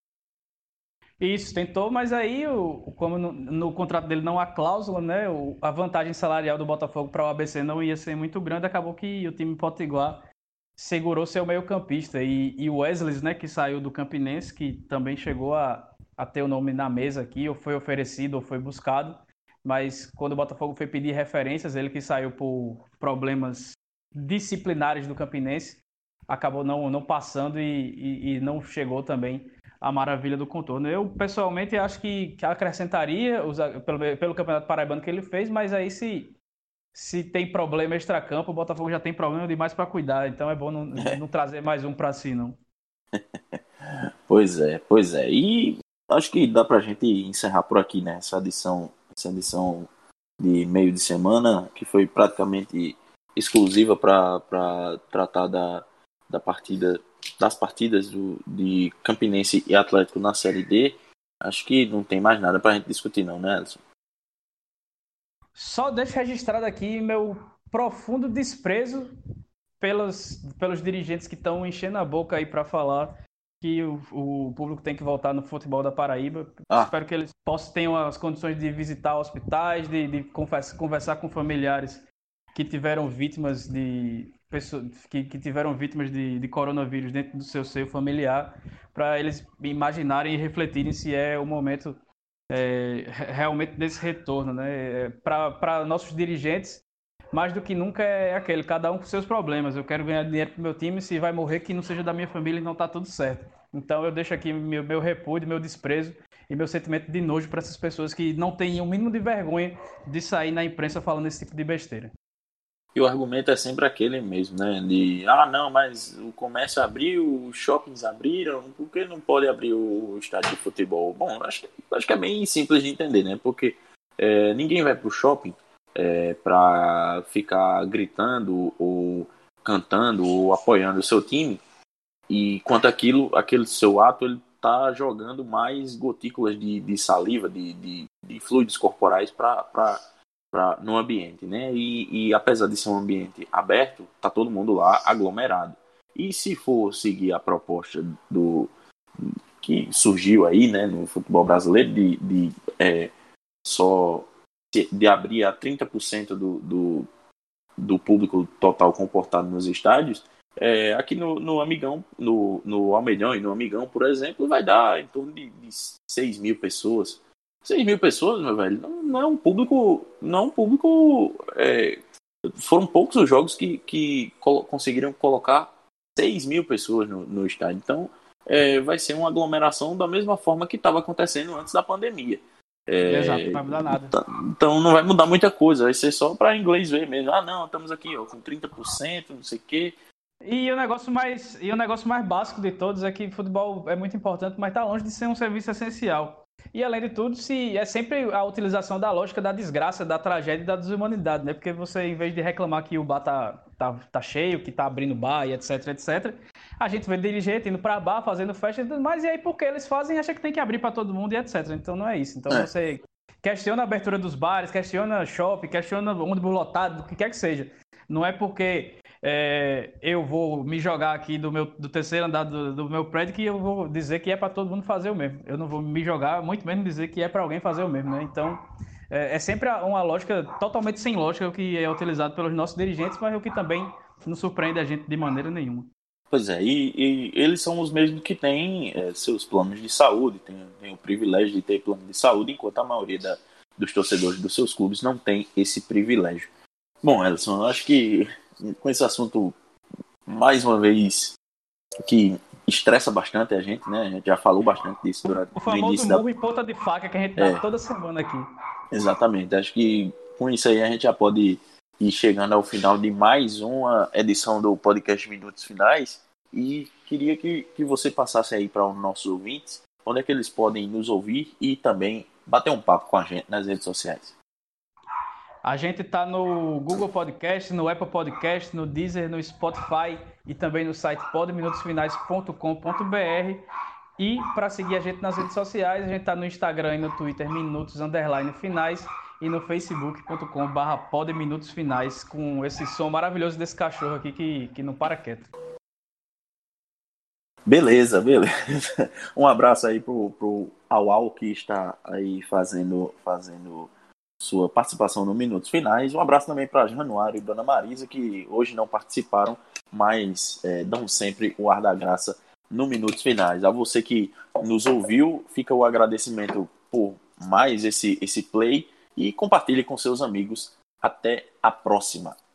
Isso, tentou, mas aí, como no contrato dele não há cláusula, né? A vantagem salarial do Botafogo para o ABC não ia ser muito grande, acabou que o time potiguar segurou seu meio-campista. E o Wesley, né, que saiu do Campinense, que também chegou a ter o nome na mesa aqui, ou foi oferecido, ou foi buscado. Mas quando o Botafogo foi pedir referências, ele que saiu por problemas disciplinares do Campinense, acabou não passando e não chegou também a maravilha do contorno. Eu, pessoalmente, acho que acrescentaria pelo Campeonato Paraibano que ele fez, mas aí se tem problema extracampo, o Botafogo já tem problema demais para cuidar, então é bom não trazer mais um para si, não. Pois é. E acho que dá pra gente encerrar por aqui, né? Essa edição de meio de semana, que foi praticamente exclusiva para tratar das partidas de Campinense e Atlético na Série D. Acho que não tem mais nada pra gente discutir não, né, Elson? Só deixo registrado aqui meu profundo desprezo pelos dirigentes que estão enchendo a boca aí para falar que o público tem que voltar no futebol da Paraíba. Espero que eles tenham as condições de visitar hospitais, de conversar com familiares que tiveram vítimas de pessoas que tiveram vítimas de coronavírus dentro do seu seio familiar, para eles imaginarem e refletirem se é o momento realmente desse retorno, né? Para nossos dirigentes, mais do que nunca é aquele, cada um com seus problemas. Eu quero ganhar dinheiro pro meu time, se vai morrer que não seja da minha família e não tá tudo certo. Então eu deixo aqui meu repúdio, meu desprezo e meu sentimento de nojo para essas pessoas que não têm o mínimo de vergonha de sair na imprensa falando esse tipo de besteira. E o argumento é sempre aquele mesmo, né? Não, mas o comércio abriu, os shoppings abriram, por que não pode abrir o estádio de futebol? Bom, acho que é bem simples de entender, né? Porque ninguém vai pro shopping para ficar gritando ou cantando ou apoiando o seu time, e quanto aquele seu ato, ele tá jogando mais gotículas de saliva, de fluidos corporais no ambiente, né? E apesar de ser um ambiente aberto, tá todo mundo lá aglomerado. E se for seguir a proposta que surgiu aí, né, no futebol brasileiro de abrir a 30% do público total comportado nos estádios, aqui no Amigão, no Almedão e no Amigão, por exemplo, vai dar em torno de 6 mil pessoas. 6 mil pessoas, meu velho, não é um público. Foram poucos os jogos que conseguiram colocar 6 mil pessoas no estádio. Então, vai ser uma aglomeração da mesma forma que estava acontecendo antes da pandemia. Exato, não vai mudar nada. Então não vai mudar muita coisa, vai ser só para inglês ver mesmo. Não, estamos aqui com 30%, não sei o quê. E o negócio mais básico de todos é que futebol é muito importante, mas está longe de ser um serviço essencial. E além de tudo, é sempre a utilização da lógica da desgraça, da tragédia e da desumanidade, né? Porque você, em vez de reclamar que o bar tá cheio, que tá abrindo bar e etc, a gente vê dirigente indo pra bar, fazendo festa e tudo mais, e aí porque eles fazem, acha que tem que abrir pra todo mundo e etc. Então não é isso. Então você questiona a abertura dos bares, questiona shopping, questiona ônibus lotado, o que quer que seja. Não é porque eu vou me jogar aqui do terceiro andar do meu prédio que eu vou dizer que é para todo mundo fazer o mesmo. Eu não vou me jogar, muito menos dizer que é para alguém fazer o mesmo, né? Então, é sempre uma lógica totalmente sem lógica o que é utilizado pelos nossos dirigentes, mas o que também não surpreende a gente de maneira nenhuma. Pois é, e eles são os mesmos que têm seus planos de saúde, têm o privilégio de ter plano de saúde, enquanto a maioria dos torcedores dos seus clubes não tem esse privilégio. Bom, Elson, eu acho que com esse assunto, mais uma vez, que estressa bastante a gente, né? A gente já falou bastante disso durante o famoso início murro e ponta de faca que a gente dá toda semana aqui. Exatamente. Acho que com isso aí a gente já pode ir chegando ao final de mais uma edição do podcast Minutos Finais, e queria que você passasse aí para os nossos ouvintes onde é que eles podem nos ouvir e também bater um papo com a gente nas redes sociais. A gente está no Google Podcast, no Apple Podcast, no Deezer, no Spotify e também no site podeminutosfinais.com.br. E para seguir a gente nas redes sociais, a gente está no Instagram e no Twitter, Minutos_Finais, e no Facebook.com/podeminutosfinais, com esse som maravilhoso desse cachorro aqui que não para quieto. Beleza. Um abraço aí pro Auau, que está aí fazendo sua participação no Minutos Finais. Um abraço também para Januário e Dona Marisa, que hoje não participaram, mas dão sempre o ar da graça no Minutos Finais. A você que nos ouviu, fica o agradecimento por mais esse play, e compartilhe com seus amigos. Até a próxima.